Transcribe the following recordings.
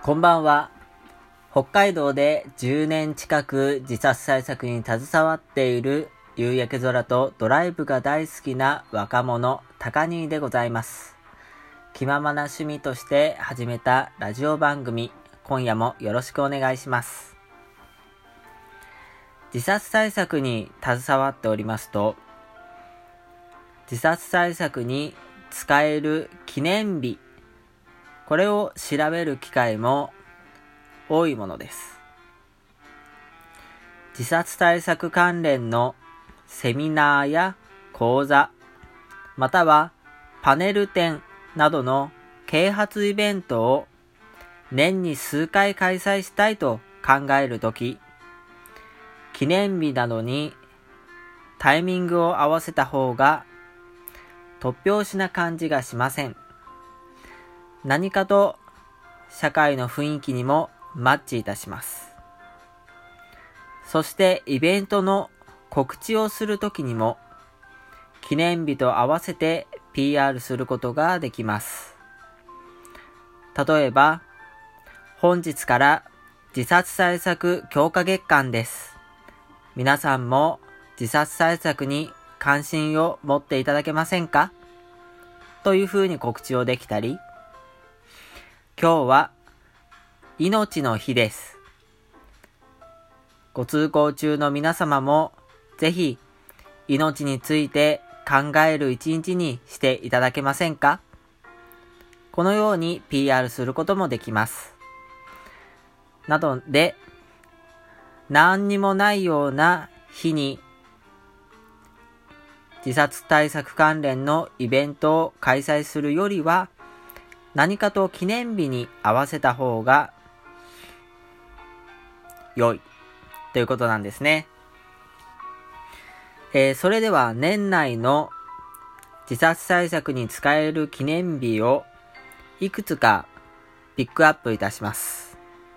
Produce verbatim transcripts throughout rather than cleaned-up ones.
こんばんは。北海道でじゅうねん近く自殺対策に携わっている夕焼け空とドライブが大好きな若者高兄でございます。気ままな趣味として始めたラジオ番組、今夜もよろしくお願いします。自殺対策に携わっておりますと、自殺対策に使える記念日、これを調べる機会も多いものです。自殺対策関連のセミナーや講座、またはパネル展などの啓発イベントを年に数回開催したいと考えるとき、記念日などにタイミングを合わせた方が突拍子な感じがしません。何かと社会の雰囲気にもマッチいたします。そしてイベントの告知をするときにも記念日と合わせて ピーアール することができます。例えば、本日から自殺対策強化月間です。皆さんも自殺対策に関心を持っていただけませんか？というふうに告知をできたり、今日は命の日です。ご通行中の皆様もぜひ命について考える一日にしていただけませんか？このように ピーアール することもできます。なので、何にもないような日に自殺対策関連のイベントを開催するよりは、何かと記念日に合わせた方が良いということなんですね。えー、それでは年内の自殺対策に使える記念日をいくつかピックアップいたします。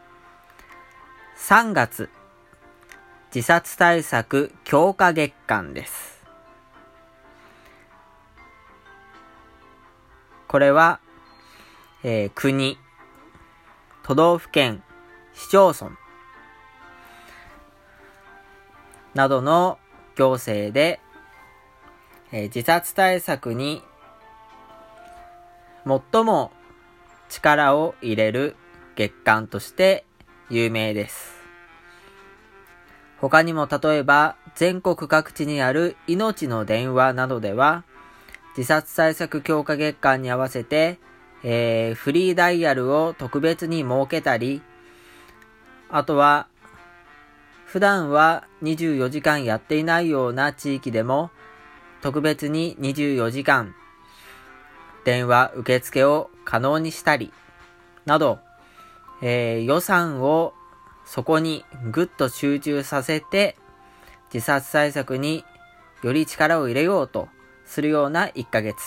さんがつ、自殺対策強化月間です。これはえー、国、都道府県、市町村などの行政で、えー、自殺対策に最も力を入れる月間として有名です。他にも例えば全国各地にあるいのちの電話などでは、自殺対策強化月間に合わせてえー、フリーダイヤルを特別に設けたり、あとは普段はにじゅうよじかんやっていないような地域でも特別ににじゅうよじかん電話受付を可能にしたりなど、えー、予算をそこにぐっと集中させて自殺対策により力を入れようとするようないっかげつ。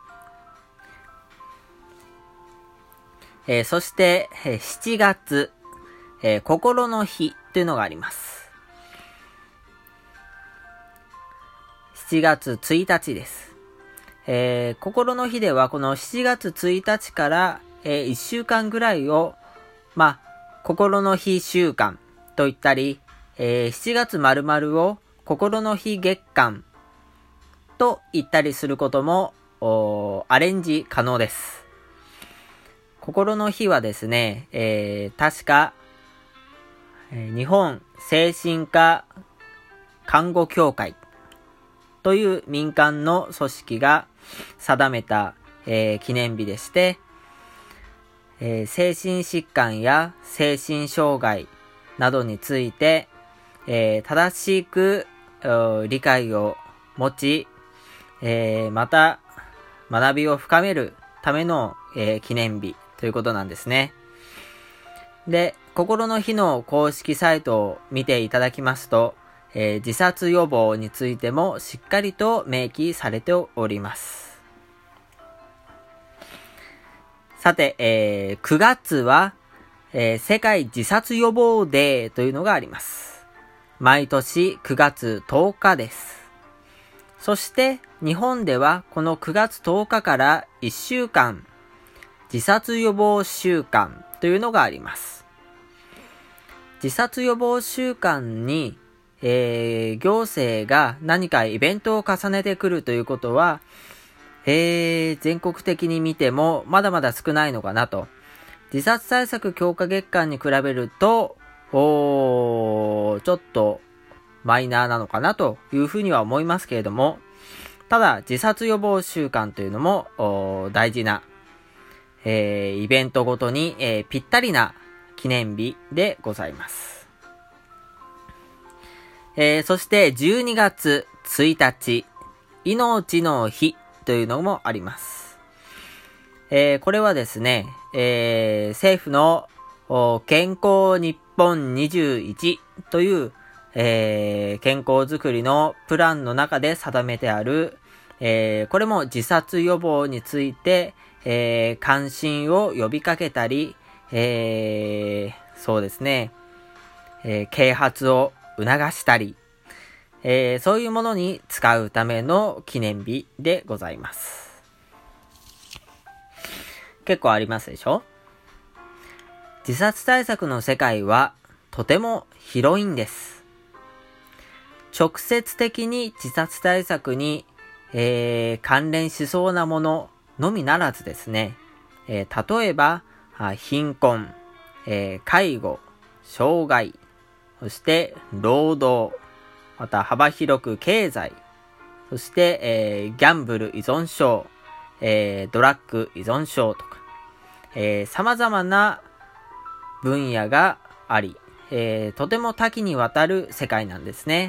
えー、そして、えー、しちがつ、えー、心の日というのがあります。しちがつついたちです。えー、心の日ではこのしちがつついたちから、えー、いっしゅうかんぐらいを、まあ、心の日週間と言ったり、えー、しちがつ丸々を心の日月間と言ったりすることもアレンジ可能です。心の日はですね、えー、確か、えー、日本精神科看護協会という民間の組織が定めた、えー、記念日でして、えー、精神疾患や精神障害などについて、えー、正しく理解を持ち、えー、また学びを深めるための、えー、記念日ということなんですね。で、心の日の公式サイトを見ていただきますと、えー、自殺予防についてもしっかりと明記されております。さて、えー、くがつは、えー、世界自殺予防デーというのがあります。毎年くがつとおかです。そして日本ではこのくがつとおかからいっしゅうかん自殺予防週間とというのがあります。自殺予防週間に、えー、行政が何かイベントを重ねてくるということは、えー、全国的に見てもまだまだ少ないのかなと。自殺対策強化月間に比べると、おー、ちょっとマイナーなのかなというふうには思いますけれども、ただ自殺予防週間というのも大事な、えー、イベントごとに、えー、ぴったりな記念日でございます。えー、そしてじゅうにがつついたち、命の日というのもあります。えー、これはですね、えー、政府の健康日本にじゅういちという、えー、健康づくりのプランの中で定めてある、えー、これも自殺予防について、えー、関心を呼びかけたり、えー、そうですね、えー、啓発を促したり、えー、そういうものに使うための記念日でございます。結構ありますでしょ？自殺対策の世界はとても広いんです。直接的に自殺対策に、えー、関連しそうなもののみならずですね、えー、例えば貧困、えー、介護、障害、そして労働、また幅広く経済、そして、えー、ギャンブル依存症、えー、ドラッグ依存症とか、えー、様々な分野があり、えー、とても多岐にわたる世界なんですね。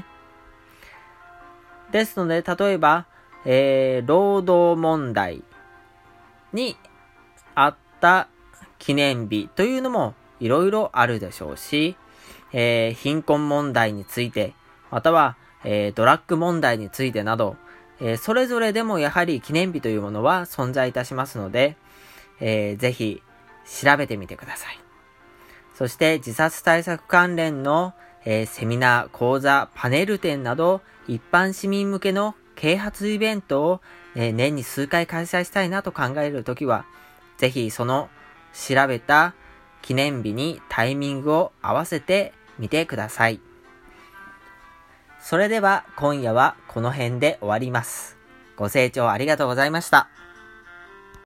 ですので、例えば、えー、労働問題にあった記念日というのもいろいろあるでしょうし、えー、貧困問題について、または、えー、ドラッグ問題についてなど、えー、それぞれでもやはり記念日というものは存在いたしますので、えー、ぜひ調べてみてください。そして自殺対策関連の、えー、セミナー、講座、パネル展など一般市民向けの啓発イベントを、えー、年に数回開催したいなと考えるときは、ぜひその調べた記念日にタイミングを合わせてみてください。それでは今夜はこの辺で終わります。ご清聴ありがとうございました。